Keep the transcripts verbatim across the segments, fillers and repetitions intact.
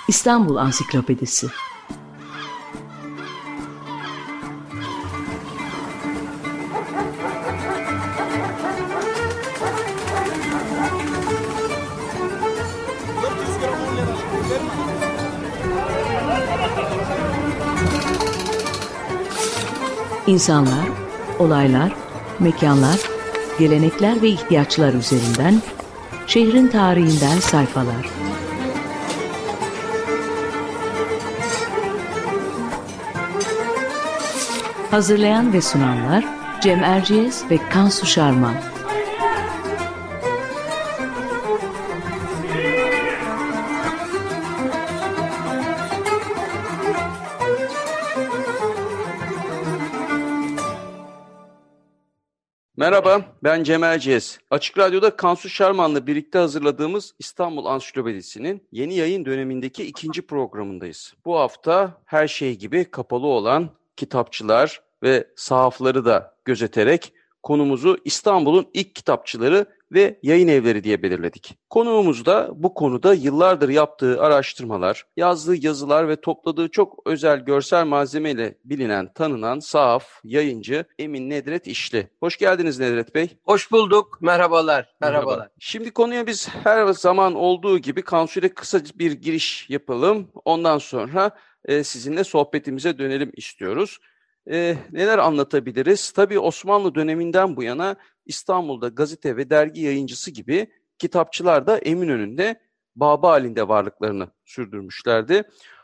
İstanbul Ansiklopedisi. İnsanlar, olaylar, mekanlar, gelenekler ve ihtiyaçlar üzerinden şehrin tarihinden sayfalar. Hazırlayan ve sunanlar Cem Erciyes ve Kansu Şarman. Merhaba, ben Cem Erciyes. Açık Radyo'da Kansu Şarman'la birlikte hazırladığımız İstanbul Ansiklopedisi'nin yeni yayın dönemindeki ikinci programındayız. Bu hafta her şey gibi kapalı olan kitapçılar ve sahafları da gözeterek konumuzu İstanbul'un ilk kitapçıları ve yayın evleri diye belirledik. Konuğumuz da bu konuda yıllardır yaptığı araştırmalar, yazdığı yazılar ve topladığı çok özel görsel malzemeyle bilinen, tanınan sahaf, yayıncı Emin Nedret İşli. Hoş geldiniz Nedret Bey. Hoş bulduk. Merhabalar. Merhabalar. Merhaba. Şimdi konuya biz her zaman olduğu gibi Kansu ile kısa bir giriş yapalım. Ondan sonra e, sizinle sohbetimize dönelim istiyoruz. E, neler anlatabiliriz? Tabii Osmanlı döneminden bu yana İstanbul'da gazete ve dergi yayıncısı gibi kitapçılar da Eminönü'nde baba halinde varlıklarını sürdürmüşlerdi.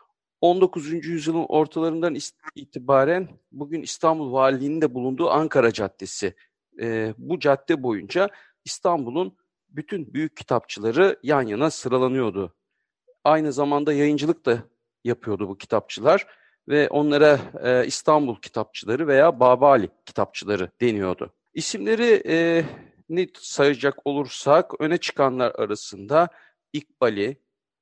on dokuzuncu yüzyılın ortalarından itibaren bugün İstanbul Valiliği'nin de bulunduğu Ankara Caddesi. E, bu cadde boyunca İstanbul'un bütün büyük kitapçıları yan yana sıralanıyordu. Aynı zamanda yayıncılık da yapıyordu bu kitapçılar ve onlara e, İstanbul kitapçıları veya Babali kitapçıları deniyordu. İsimleri e, ne sayacak olursak öne çıkanlar arasında İkbali,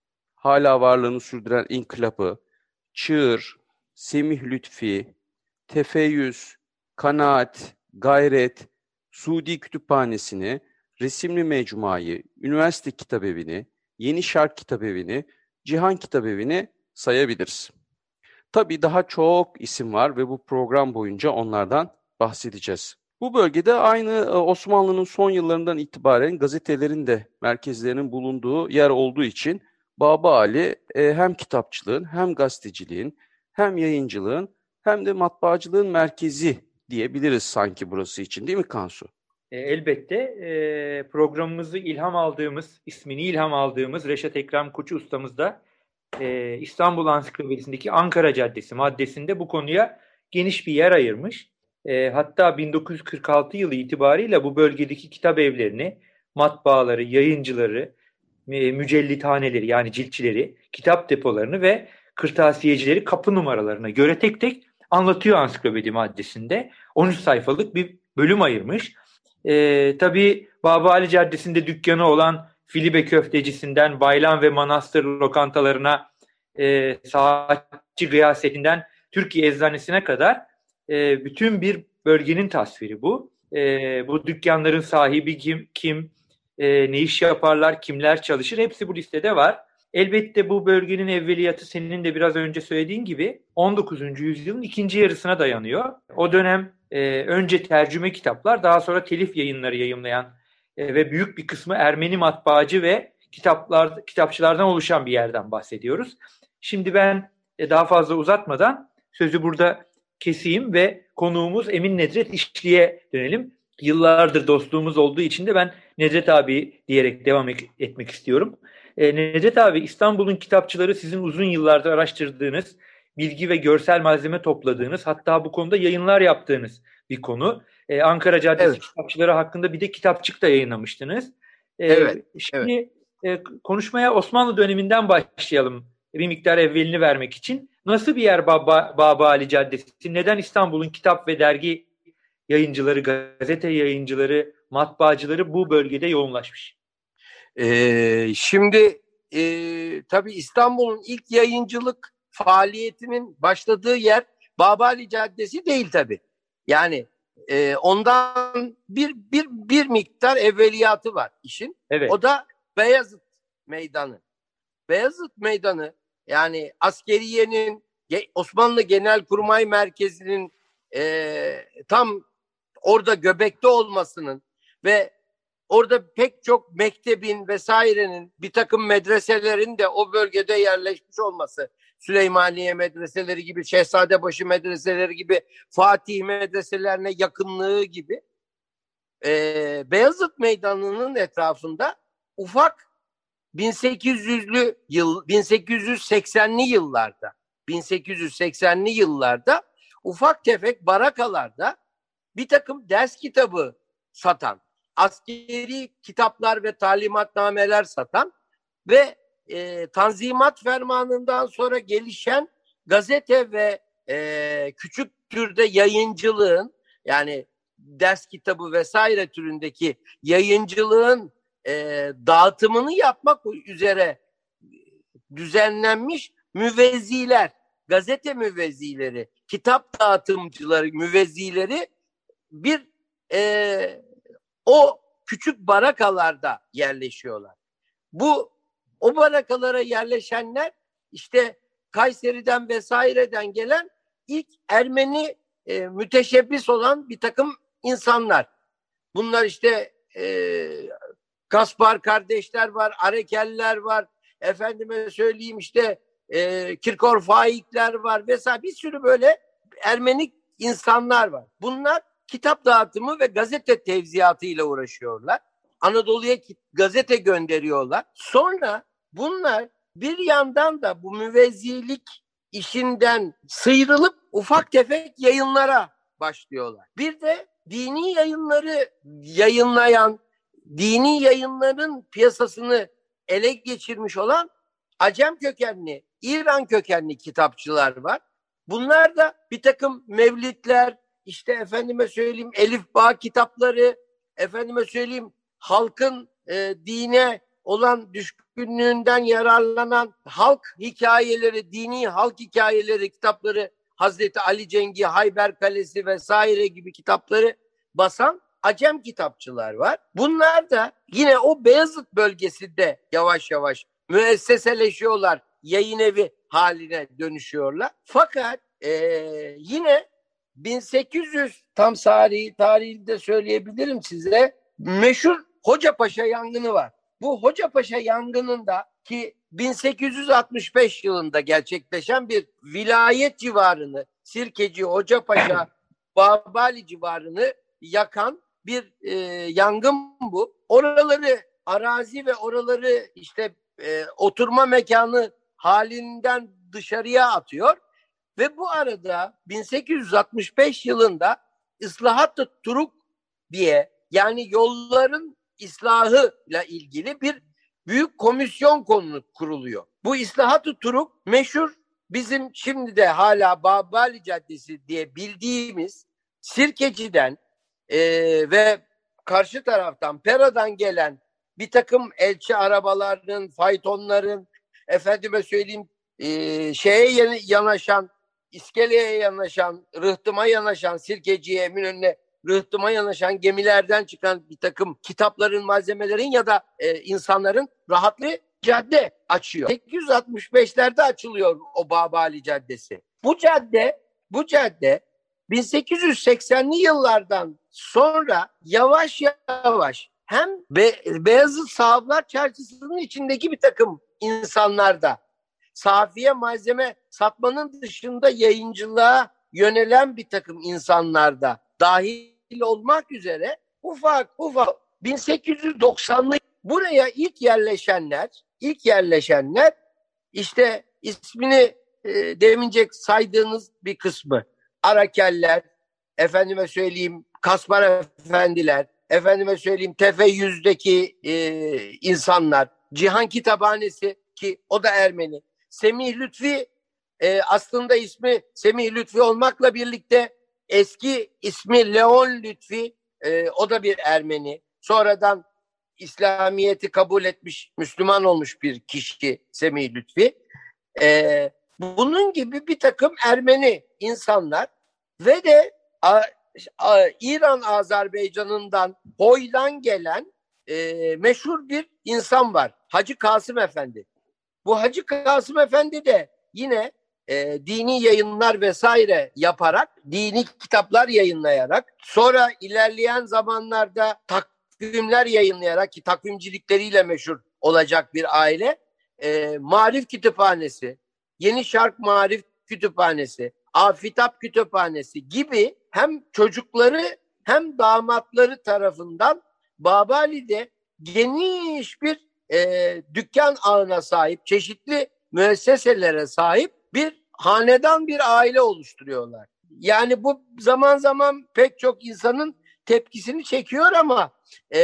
hala varlığını sürdüren İnkılap'ı, Çığır, Semih Lütfi, Tefeyyüz, Kanaat, Gayret, Suudi Kütüphanesi'ni, Resimli Mecmuayı, Üniversite Kitabevi'ni, Yeni Şark Kitabevi'ni, Cihan Kitabevi'ni sayabiliriz. Tabii daha çok isim var ve bu program boyunca onlardan bahsedeceğiz. Bu bölgede aynı Osmanlı'nın son yıllarından itibaren gazetelerin de merkezlerinin bulunduğu yer olduğu için Babali hem kitapçılığın hem gazeteciliğin hem yayıncılığın hem de matbaacılığın merkezi diyebiliriz sanki burası için, değil mi Kansu? Elbette e, programımızı ilham aldığımız, ismini ilham aldığımız Reşat Ekrem Koçu ustamız da e, İstanbul Ansiklopedisi'ndeki Ankara Caddesi maddesinde bu konuya geniş bir yer ayırmış. E, hatta bin dokuz yüz kırk altı yılı itibariyle bu bölgedeki kitap evlerini, matbaaları, yayıncıları, e, mücellithaneleri yani ciltçileri, kitap depolarını ve kırtasiyecileri kapı numaralarına göre tek tek anlatıyor ansiklopedi maddesinde. on üç sayfalık bir bölüm ayırmış. Ee, tabii Babali Caddesi'nde dükkanı olan Filibe Köftecisi'nden Baylan ve Manastır lokantalarına, e, Saatçi Gıyaseti'nden Türkiye Eczanesi'ne kadar e, bütün bir bölgenin tasviri bu. E, bu dükkanların sahibi kim, kim e, ne iş yaparlar, kimler çalışır hepsi bu listede var. Elbette bu bölgenin evveliyatı senin de biraz önce söylediğin gibi on dokuzuncu yüzyılın ikinci yarısına dayanıyor. O dönem e, önce tercüme kitaplar, daha sonra telif yayınları yayımlayan e, ve büyük bir kısmı Ermeni matbaacı ve kitaplar kitapçılardan oluşan bir yerden bahsediyoruz. Şimdi ben e, daha fazla uzatmadan sözü burada keseyim ve konuğumuz Emin Nedret İşli'ye dönelim. Yıllardır dostluğumuz olduğu için de ben Nedret abi diyerek devam etmek istiyorum. E, Nedret abi, İstanbul'un kitapçıları sizin uzun yıllardır araştırdığınız, bilgi ve görsel malzeme topladığınız, hatta bu konuda yayınlar yaptığınız bir konu. E, Ankara Caddesi evet. Kitapçıları hakkında bir de kitapçık da yayınlamıştınız. E, evet. Şimdi evet. E, konuşmaya Osmanlı döneminden başlayalım. Bir miktar evvelini vermek için. Nasıl bir yer Baba, Babali Caddesi? Neden İstanbul'un kitap ve dergi yayıncıları, gazete yayıncıları, matbaacıları bu bölgede yoğunlaşmış? Ee, şimdi e, tabii İstanbul'un ilk yayıncılık faaliyetinin başladığı yer Babali Caddesi değil tabii. Yani e, ondan bir, bir, bir miktar evveliyatı var işin. Evet. O da Beyazıt Meydanı. Beyazıt Meydanı yani askeriyenin, Osmanlı Genelkurmay Merkezi'nin e, tam orada göbekte olmasının ve orada pek çok mektebin vesairenin, bir takım medreselerin de o bölgede yerleşmiş olması, Süleymaniye medreseleri gibi, Şehzadebaşı medreseleri gibi, Fatih medreselerine yakınlığı gibi e, Beyazıt Meydanı'nın etrafında ufak bin sekiz yüzlü yıl bin sekiz yüz seksenli yıllarda bin sekiz yüz seksenli yıllarda ufak tefek barakalarda bir takım ders kitabı satan, askeri kitaplar ve talimatnameler satan ve e, Tanzimat Fermanı'ndan sonra gelişen gazete ve e, küçük türde yayıncılığın, yani ders kitabı vesaire türündeki yayıncılığın e, dağıtımını yapmak üzere düzenlenmiş müvezziler, gazete müvezzileri, kitap dağıtımcıları, müvezzileri bir e, o küçük barakalarda yerleşiyorlar. Bu o barakalara yerleşenler işte Kayseri'den vesaireden gelen ilk Ermeni e, müteşebbis olan bir takım insanlar. Bunlar işte e, Kaspar kardeşler var, Arekeller var, efendime söyleyeyim işte e, Kirkor Faikler var vesaire, bir sürü böyle Ermenik insanlar var. Bunlar kitap dağıtımı ve gazete tevziyatıyla uğraşıyorlar. Anadolu'ya gazete gönderiyorlar. Sonra bunlar bir yandan da bu müvezzilik işinden sıyrılıp ufak tefek yayınlara başlıyorlar. Bir de dini yayınları yayınlayan, dini yayınların piyasasını ele geçirmiş olan Acem kökenli, İran kökenli kitapçılar var. Bunlar da bir takım mevlidler, işte efendime söyleyeyim elifba kitapları, efendime söyleyeyim halkın e, dine olan düşkünlüğünden yararlanan halk hikayeleri, dini halk hikayeleri kitapları, Hazreti Ali Cengi, Hayber Kalesi vesaire gibi kitapları basan Acem kitapçılar var. Bunlar da yine o Beyazıt bölgesinde yavaş yavaş müesseseleşiyorlar, yayın evi haline dönüşüyorlar. Fakat e, yine bin sekiz yüz tam tarihi tarihini de söyleyebilirim size. Meşhur Hocapaşa yangını var. Bu Hocapaşa yangınında ki bin sekiz yüz altmış beş yılında gerçekleşen bir vilayet civarını, Sirkeci, Hocapaşa, Babali civarını yakan bir e, yangın bu. Oraları arazi ve oraları işte e, oturma mekanı halinden dışarıya atıyor. Ve bu arada bin sekiz yüz altmış beş yılında Islahat-ı Turuk diye, yani yolların ıslahıyla ilgili bir büyük komisyon konu kuruluyor. Bu Islahat-ı Turuk meşhur bizim şimdi de hala Babali Caddesi diye bildiğimiz Sirkeci'den e, ve karşı taraftan Pera'dan gelen bir takım elçi arabalarının, faytonların, efendime söyleyeyim e, şeye yanaşan, İskele'ye yanaşan, rıhtıma yanaşan, Sirkeci'ye, Eminönü'ne rıhtıma yanaşan gemilerden çıkan bir takım kitapların, malzemelerin ya da e, insanların rahatlı cadde açıyor. sekiz yüz altmış beşlerde açılıyor o Babali Caddesi. Bu cadde, bu cadde bin sekiz yüz seksenli yıllardan sonra yavaş yavaş hem Be- Beyazıt Sahaflar Çarşısı'nın içindeki bir takım insanlar da safiye malzeme satmanın dışında yayıncılığa yönelen bir takım insanlar da dahil olmak üzere ufak ufak bin sekiz yüz doksanlı buraya ilk yerleşenler, ilk yerleşenler işte ismini e, demince saydığınız bir kısmı Arakeller, efendime söyleyeyim Kaspar Efendiler, efendime söyleyeyim Tefe Yüz'deki e, insanlar, Cihan Kitabhanesi ki o da Ermeni, Semih Lütfi e, aslında ismi Semih Lütfi olmakla birlikte eski ismi Leon Lütfi, e, o da bir Ermeni. Sonradan İslamiyet'i kabul etmiş, Müslüman olmuş bir kişi Semih Lütfi. E, bunun gibi bir takım Ermeni insanlar ve de a, a, İran Azerbaycan'ından Hoy'dan gelen e, meşhur bir insan var. Hacı Kasım Efendi. Bu Hacı Kasım Efendi de yine e, dini yayınlar vesaire yaparak, dini kitaplar yayınlayarak, sonra ilerleyen zamanlarda takvimler yayınlayarak, ki takvimcilikleriyle meşhur olacak bir aile, e, Marif Kütüphanesi, Yeni Şark Marif Kütüphanesi, Afitap Kütüphanesi gibi hem çocukları hem damatları tarafından Babali'de geniş bir e, dükkan ağına sahip, çeşitli müesseselere sahip bir hanedan, bir aile oluşturuyorlar. Yani bu zaman zaman pek çok insanın tepkisini çekiyor ama e,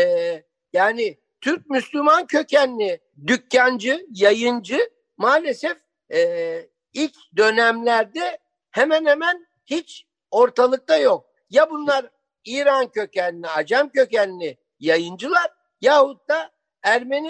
yani Türk Müslüman kökenli dükkancı, yayıncı maalesef e, ilk dönemlerde hemen hemen hiç ortalıkta yok. Ya bunlar İran kökenli, Acem kökenli yayıncılar yahut da Ermeni,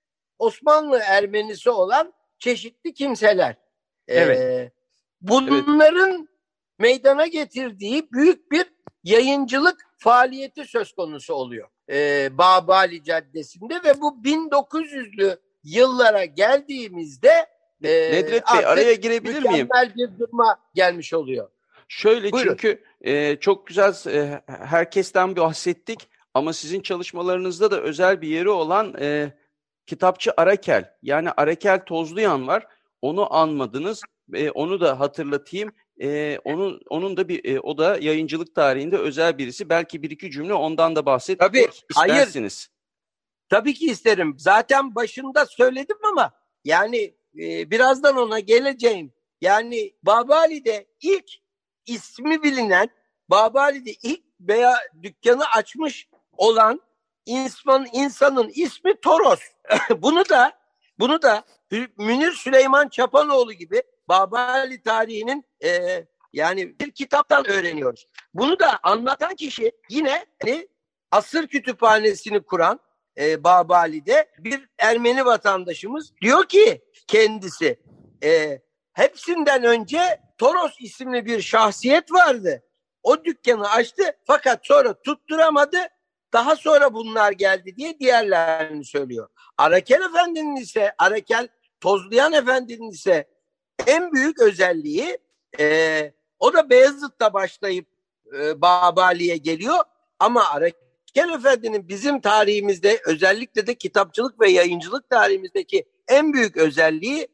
Osmanlı Ermenisi olan çeşitli kimseler. Evet. Ee, bunların evet. meydana getirdiği büyük bir yayıncılık faaliyeti söz konusu oluyor. Ee, Babali Caddesi'nde ve bu bin dokuz yüzlü yıllara geldiğimizde e, Nedret Bey, araya girebilir miyim? Mükemmel bir duruma gelmiş oluyor. Şöyle, Buyurun. çünkü e, çok güzel e, herkesten bahsettik ama sizin çalışmalarınızda da özel bir yeri olan e, kitapçı Arakel, yani Arakel Tozluyan var. Onu anmadınız. E, onu da hatırlatayım. E, onun onun da bir e, o da yayıncılık tarihinde özel birisi. Belki bir iki cümle ondan da bahsetmek Tabii, istersiniz. Hayır. Tabii ki isterim. Zaten başında söyledim ama yani e, birazdan ona geleceğim. Yani Babali'de ilk ismi bilinen, Babali'de ilk veya dükkanı açmış olan insan, insanın ismi Toros. bunu da bunu da Münir Süleyman Çapanoğlu gibi Babali tarihinin e, yani bir kitaptan öğreniyoruz. Bunu da anlatan kişi yine hani, Asır Kütüphanesi'ni kuran e, Babali'de bir Ermeni vatandaşımız, diyor ki kendisi e, hepsinden önce Toros isimli bir şahsiyet vardı. O dükkanı açtı fakat sonra tutturamadı. Daha sonra bunlar geldi diye diğerlerini söylüyor. Arakel Efendi'nin ise, Arakel Tozluyan Efendi'nin ise en büyük özelliği e, o da Beyazıt'ta başlayıp e, Babali'ye geliyor. Ama Arakel Efendi'nin bizim tarihimizde, özellikle de kitapçılık ve yayıncılık tarihimizdeki en büyük özelliği,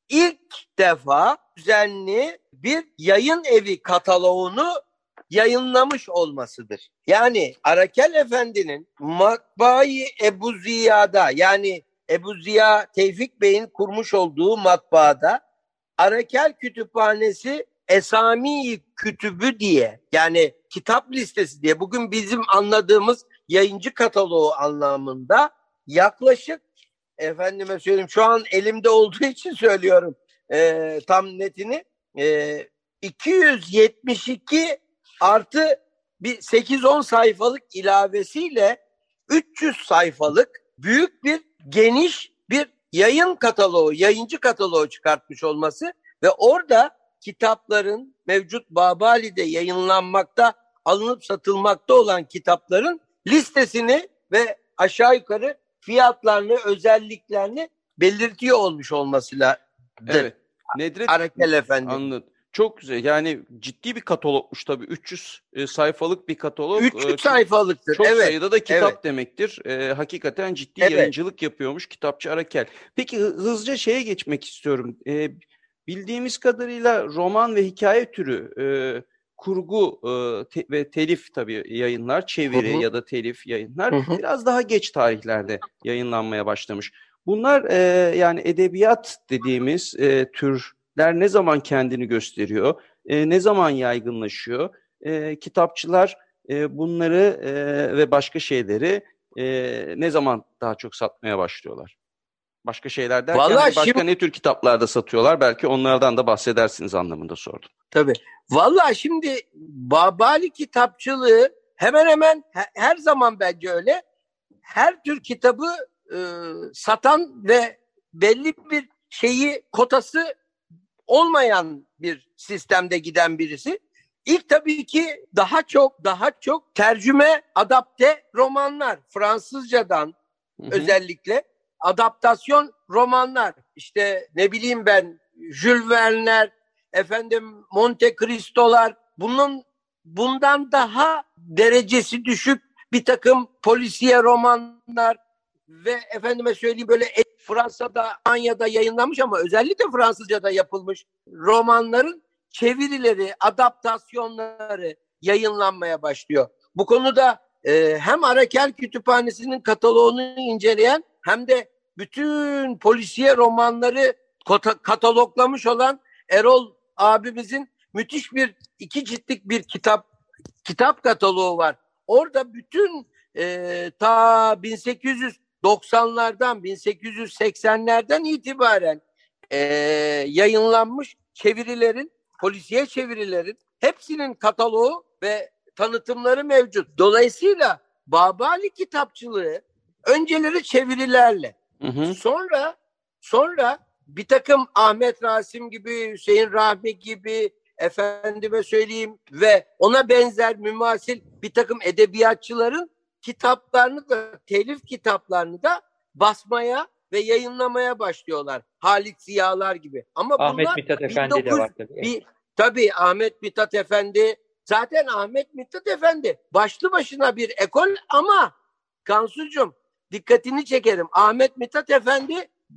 ilk defa düzenli bir yayın evi kataloğunu yayınlamış olmasıdır. Yani Arakel Efendi'nin Matbaa-i Ebu Ziya'da, yani Ebu Ziya Tevfik Bey'in kurmuş olduğu matbaada Arakel Kütüphanesi Esami-i Kütübü diye, yani kitap listesi diye, bugün bizim anladığımız yayıncı kataloğu anlamında yaklaşık, efendime söyleyeyim, şu an elimde olduğu için söylüyorum e, tam netini, e, iki yüz yetmiş iki artı bir sekiz on sayfalık ilavesiyle üç yüz sayfalık büyük bir, geniş bir yayın kataloğu, yayıncı kataloğu çıkartmış olması ve orada kitapların, mevcut Babali'de yayınlanmakta, alınıp satılmakta olan kitapların listesini ve aşağı yukarı fiyatlarını, özelliklerini belirtiyor olmuş olmasıyla. Evet. Nedret Arakel Efendi. Anladım. Çok güzel. Yani ciddi bir katalogmuş tabii. üç yüz e, sayfalık bir katalog. üç yüz e, sayfalıktır. Çok evet. sayıda da kitap evet. demektir. E, hakikaten ciddi evet. yayıncılık yapıyormuş kitapçı Arakel. Peki hızlıca şeye geçmek istiyorum. E, bildiğimiz kadarıyla roman ve hikaye türü e, kurgu e, te, ve telif tabii yayınlar, çeviri hı hı. ya da telif yayınlar hı hı. biraz daha geç tarihlerde yayınlanmaya başlamış. Bunlar e, yani edebiyat dediğimiz e, türler ne zaman kendini gösteriyor, e, ne zaman yaygınlaşıyor? E, kitapçılar e, bunları e, ve başka şeyleri e, ne zaman daha çok satmaya başlıyorlar? Başka şeyler derken Vallahi başka şimdi, ne tür kitaplarda satıyorlar? Belki onlardan da bahsedersiniz anlamında sordum. Tabii. Vallahi şimdi Babali kitapçılığı hemen hemen her zaman bence öyle. Her tür kitabı e, satan ve belli bir şeyi, kotası olmayan bir sistemde giden birisi. İlk tabii ki daha çok daha çok tercüme, adapte romanlar, Fransızcadan hı hı. özellikle adaptasyon romanlar, işte ne bileyim ben, Jules Verne'ler, efendim Monte Cristo'lar, bunun bundan daha derecesi düşük bir takım polisiye romanlar ve efendime söyleyeyim böyle Fransa'da, Almanya'da yayınlanmış ama özellikle Fransızca'da yapılmış romanların çevirileri, adaptasyonları yayınlanmaya başlıyor. Bu konuda e, hem Arakel Kütüphanesi'nin kataloğunu inceleyen hem de bütün polisiye romanları kataloglamış olan Erol abimizin müthiş bir iki ciltlik bir kitap kitap kataloğu var. Orada bütün e, ta bin sekiz yüz doksanlardan bin sekiz yüz seksenlerden itibaren e, yayınlanmış çevirilerin, polisiye çevirilerin hepsinin kataloğu ve tanıtımları mevcut. Dolayısıyla Babali kitapçılığı önceleri çevirilerle, hı hı. sonra sonra bir takım Ahmet Rasim gibi, Hüseyin Rahmi gibi, efendime söyleyeyim ve ona benzer mümasil bir takım edebiyatçıların kitaplarını da, telif kitaplarını da basmaya ve yayınlamaya başlıyorlar. Halit Ziyalar gibi. Ama Ahmet bunlar Mithat Efendi de var tabii. Bir, tabii Ahmet Mithat Efendi, zaten Ahmet Mithat Efendi başlı başına bir ekol ama Kansucuğum dikkatini çekerim. Ahmet Mithat Efendi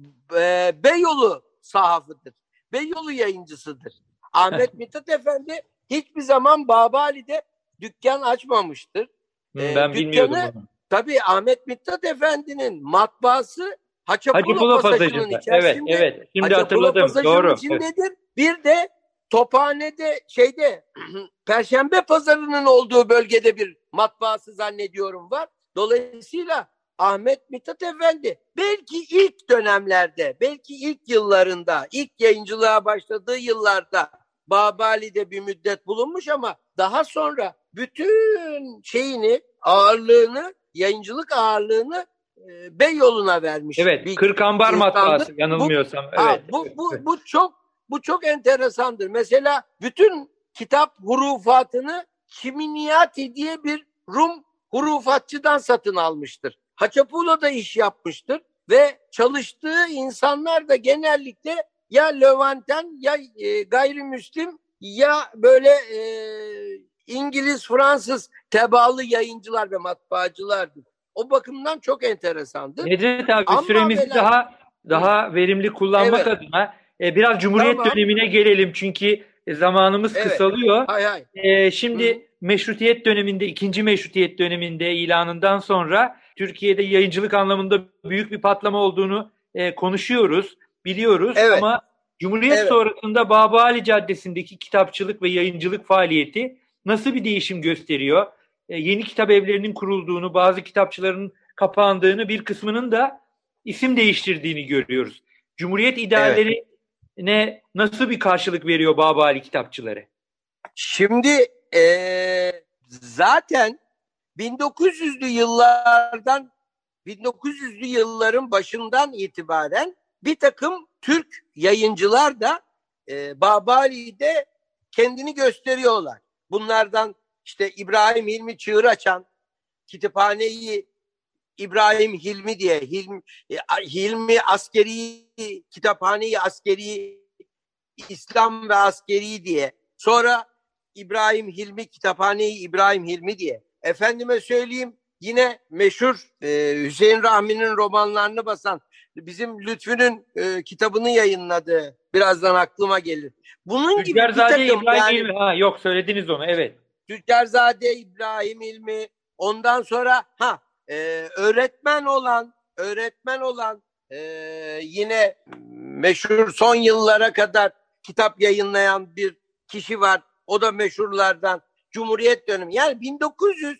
e, Beyoğlu sahafıdır. Beyoğlu yayıncısıdır. Ahmet Mithat Efendi hiçbir zaman Babali'de dükkan açmamıştır. Ben ee, bilmiyordum onu. Tabii Ahmet Mithat Efendi'nin matbaası Haçapula Pasajı'nın içerisinde. Evet, evet. Şimdi hatırladım. Doğru. içindedir. Bir de Tophane'de şeyde Perşembe Pazarı'nın olduğu bölgede bir matbaası zannediyorum var. Dolayısıyla Ahmet Mithat Efendi belki ilk dönemlerde, belki ilk yıllarında, ilk yayıncılığa başladığı yıllarda Babali'de bir müddet bulunmuş ama daha sonra bütün şeyini, ağırlığını, yayıncılık ağırlığını e, Beyoğlu'na vermiş. Evet, bir Kırkambar matbaası yanılmıyorsam. Bu, evet. Ha, bu, bu, bu çok bu çok enteresandır. Mesela bütün kitap hurufatını Çiminiyati diye bir Rum hurufatçıdan satın almıştır. Haçapula'da iş yapmıştır ve çalıştığı insanlar da genellikle ya Levanten ya e, gayrimüslim ya böyle e, İngiliz, Fransız tebalı yayıncılar ve matbaacılardır. O bakımdan çok enteresandır. Necdet abi ama süremizi böyle, daha daha verimli kullanmak evet. adına e, biraz Cumhuriyet tamam. dönemine gelelim çünkü zamanımız evet. kısalıyor. Hay hay. E, şimdi Hı. Meşrutiyet döneminde, ikinci Meşrutiyet döneminde ilanından sonra Türkiye'de yayıncılık anlamında büyük bir patlama olduğunu e, konuşuyoruz, biliyoruz evet. ama Cumhuriyet evet. sonrasında Babali Caddesi'ndeki kitapçılık ve yayıncılık faaliyeti nasıl bir değişim gösteriyor? E, yeni kitap evlerinin kurulduğunu, bazı kitapçıların kapandığını, bir kısmının da isim değiştirdiğini görüyoruz. Cumhuriyet ideallerine evet. nasıl bir karşılık veriyor Babali kitapçıları? Şimdi e, zaten bin dokuz yüzlü yıllardan bin dokuz yüzlü yılların başından itibaren bir takım Türk yayıncılar da e, Babali'de kendini gösteriyorlar. Bunlardan işte İbrahim Hilmi Çığıraçan, Kütüphaneyi İbrahim Hilmi diye, Hilmi, Hilmi Askeri, Kütüphaneyi Askeri, İslam ve Askeri diye. Sonra İbrahim Hilmi, Kütüphaneyi İbrahim Hilmi diye. Efendime söyleyeyim yine meşhur e, Hüseyin Rahmi'nin romanlarını basan, bizim Lütfü'nün e, kitabını yayınladığı, birazdan aklıma gelir. Bunun gibi bir takım İbrahim yani, İlmi. Ha, yok söylediniz onu evet. Tüccarzade İbrahim İlmi, ondan sonra ha e, öğretmen olan öğretmen olan e, yine meşhur son yıllara kadar kitap yayınlayan bir kişi var. O da meşhurlardan. Cumhuriyet dönemi. Yani bin dokuz yüz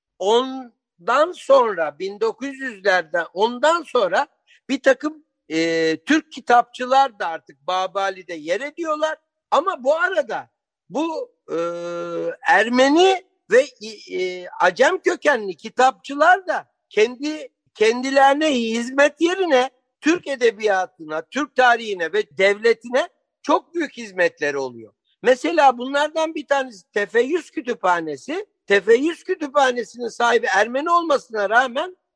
ondan sonra bin dokuz yüzlerden ondan sonra bir takım e, Türk kitapçılar da artık Babali'de yer ediyorlar. Ama bu arada bu e, Ermeni ve e, Acem kökenli kitapçılar da kendi kendilerine hizmet yerine Türk edebiyatına, Türk tarihine ve devletine çok büyük hizmetleri oluyor. Mesela bunlardan bir tanesi Tefeyyüz Kütüphanesi. Tefeyyüz Kütüphanesi'nin sahibi Ermeni olmasına rağmen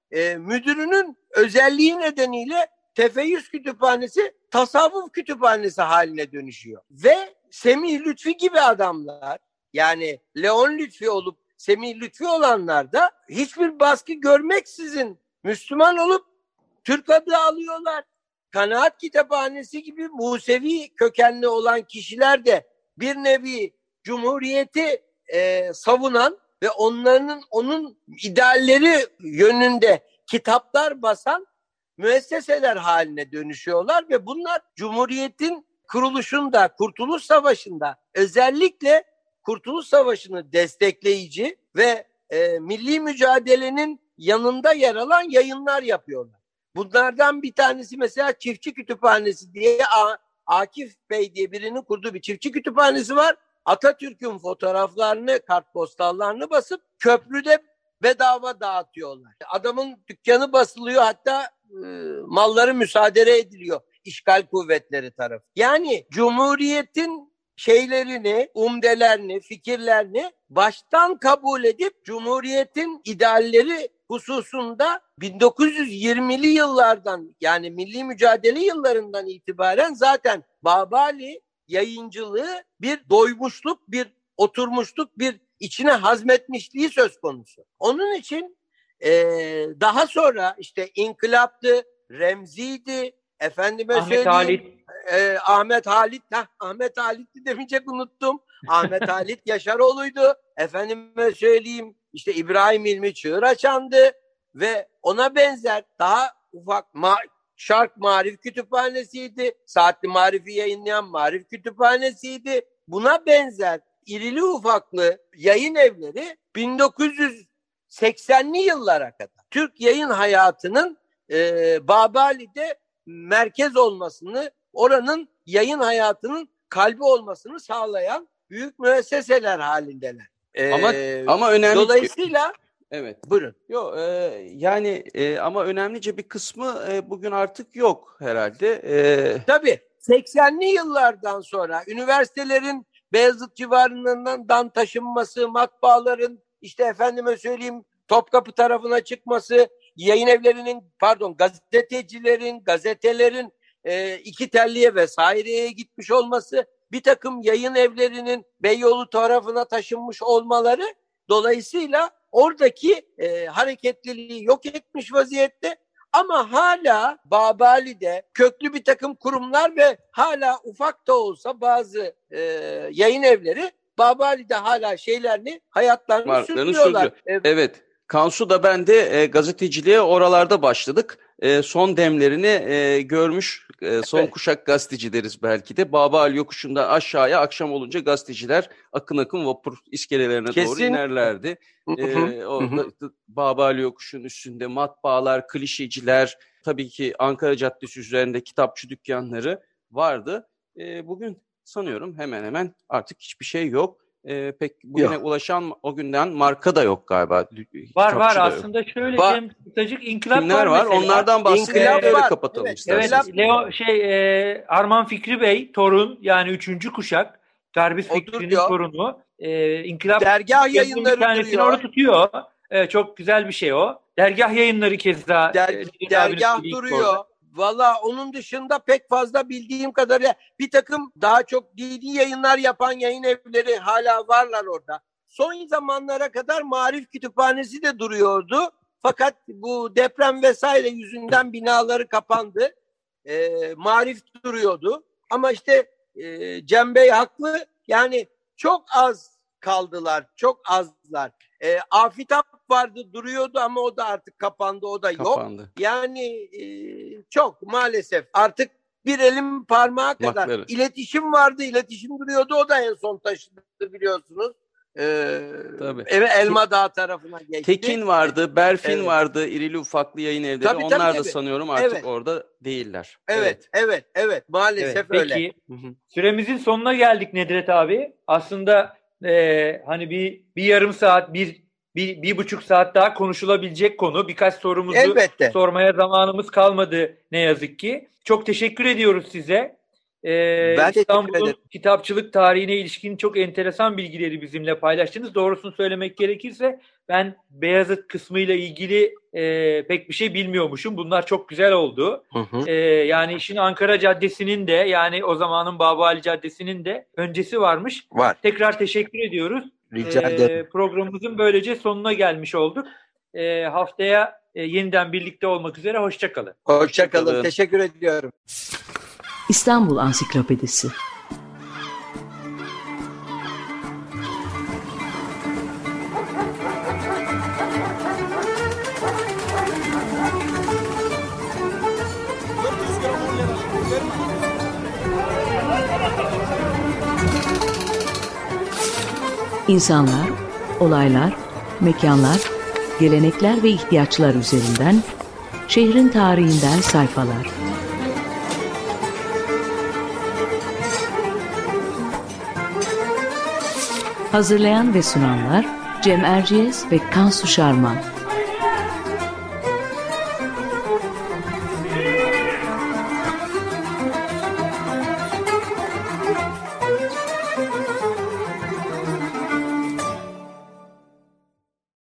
e, müdürünün özelliği nedeniyle Tefeyyüz Kütüphanesi tasavvuf kütüphanesi haline dönüşüyor. Ve Semih Lütfi gibi adamlar, yani Leon Lütfi olup Semih Lütfi olanlar da hiçbir baskı görmeksizin Müslüman olup Türk adı alıyorlar. Kanaat Kütüphanesi gibi Musevi kökenli olan kişiler de bir nevi Cumhuriyeti e, savunan ve onların onun idealleri yönünde kitaplar basan müesseseler haline dönüşüyorlar ve bunlar Cumhuriyet'in kuruluşunda, Kurtuluş Savaşı'nda özellikle Kurtuluş Savaşı'nı destekleyici ve e, milli mücadelenin yanında yer alan yayınlar yapıyorlar. Bunlardan bir tanesi mesela Çiftçi Kütüphanesi diye A- Akif Bey diye birinin kurduğu bir çiftçi kütüphanesi var. Atatürk'ün fotoğraflarını, kartpostallarını basıp köprüde bedava dağıtıyorlar. Adamın dükkanı basılıyor, hatta e, malları müsaade ediliyor işgal kuvvetleri tarafı. Yani Cumhuriyet'in şeylerini, umdelerini, fikirlerini baştan kabul edip Cumhuriyet'in idealleri hususunda bin dokuz yüz yirmili yıllardan, yani milli mücadele yıllarından itibaren zaten Babali yayıncılığı bir doymuşluk, bir oturmuşluk, bir içine hazmetmişliği söz konusu. Onun için e, daha sonra işte İnkılap'tı, Remzi'ydi, efendime Ahmet söyleyeyim, Halit. E, Ahmet Halit, heh, Ahmet Halit'i demeyecek unuttum. Ahmet Halit Yaşaroğlu'ydu. Efendime söyleyeyim işte İbrahim İlmi Çığıraçan'dı ve ona benzer daha ufak ma- Şark Marif Kütüphanesi'ydi. Saatli Marif'i yayınlayan Marif Kütüphanesi'ydi. Buna benzer irili ufaklı yayın evleri bin dokuz yüz seksenli yıllara kadar Türk yayın hayatının e, Babali'de merkez olmasını, oranın yayın hayatının kalbi olmasını sağlayan büyük müesseseler halindeler. Ee, Ama ama önemli. Dolayısıyla evet. Buyurun. Yo, e, yani e, ama önemlice bir kısmı e, bugün artık yok herhalde. E, Tabii seksenli yıllardan sonra üniversitelerin Beyazıt civarından taşınması, matbaaların işte efendime söyleyeyim Topkapı tarafına çıkması, yayın evlerinin pardon gazetecilerin, gazetelerin e, iki telliye vesaireye gitmiş olması, bir takım yayın evlerinin Beyoğlu tarafına taşınmış olmaları dolayısıyla oradaki e, hareketliliği yok etmiş vaziyette. Ama hala Babali'de köklü bir takım kurumlar ve hala ufak da olsa bazı e, yayın evleri Babali'de hala şeylerini, hayatlarını Varlıklarını sürdürüyorlar. sürdürüyor. Evet. Kansu da ben de e, gazeteciliğe oralarda başladık. E, son demlerini e, görmüş, e, son Evet. kuşak gazeteci deriz belki de. Babali yokuşundan aşağıya akşam olunca gazeteciler akın akın vapur iskelelerine Kesin. doğru inerlerdi. E, orada Babali yokuşun üstünde matbaalar, klişeciler, tabii ki Ankara Caddesi üzerinde kitapçı dükkanları vardı. E, bugün sanıyorum hemen hemen artık hiçbir şey yok. Ee, pek bugüne yok. Ulaşan o günden marka da yok galiba. Var var aslında yok. Şöyle ba- Cem kısacık İnkılap Kimler var, var mesela. Onlardan bahsedelim, öyle var. Kapatalım evet, isterseniz. Evet, Leo şey e, Arman Fikri Bey torun, yani üçüncü kuşak Garbis Fikri'nin torunu. E, İnkılap dergah yayınları duruyor. Orada tutuyor. E, çok güzel bir şey o. Dergah yayınları keza Der, e, dergah duruyor. Valla onun dışında pek fazla bildiğim kadarıyla bir takım daha çok dini yayınlar yapan yayın evleri hala varlar orada. Son zamanlara kadar Marif Kütüphanesi de duruyordu. Fakat bu deprem vesaire yüzünden binaları kapandı. E, Marif duruyordu. Ama işte e, Cem Bey haklı. Yani çok az kaldılar. Çok azlar. E, Afitap vardı, duruyordu ama o da artık kapandı, o da yok. Kapandı. Yani e, çok maalesef artık bir elin parmağı kadar. Makları. İletişim vardı, iletişim duruyordu, o da en son taşındı biliyorsunuz. Ee, tabii. Elma Dağı tarafına geçti. Tekin vardı, Berfin evet. vardı, irili ufaklı yayın evleri. Tabii, Onlar tabii, da tabii. sanıyorum artık evet. orada değiller. Evet, evet, evet, evet. Maalesef evet. öyle. Peki, süremizin sonuna geldik Nedret abi. Aslında e, hani bir bir yarım saat, bir Bir, bir buçuk saat daha konuşulabilecek konu. Birkaç sorumuzu Elbette. sormaya zamanımız kalmadı ne yazık ki. Çok teşekkür ediyoruz size. Ee, Ben de İstanbul'un kitapçılık tarihine ilişkin çok enteresan bilgileri bizimle paylaştınız. Doğrusunu söylemek gerekirse ben Beyazıt kısmıyla ilgili e, pek bir şey bilmiyormuşum. Bunlar çok güzel oldu. Hı hı. E, yani işin Ankara Caddesi'nin de, yani o zamanın Babali Caddesi'nin de öncesi varmış. Var. Tekrar teşekkür ediyoruz. Rica E, ederim. programımızın böylece sonuna gelmiş olduk. E, haftaya e, yeniden birlikte olmak üzere. Hoşça kalın. Hoşça kalın. Teşekkür ediyorum. İstanbul Ansiklopedisi. İnsanlar, olaylar, mekanlar, gelenekler ve ihtiyaçlar üzerinden şehrin tarihinden sayfalar. Hazırlayan ve sunanlar Cem Erciyes ve Kansu Şarman.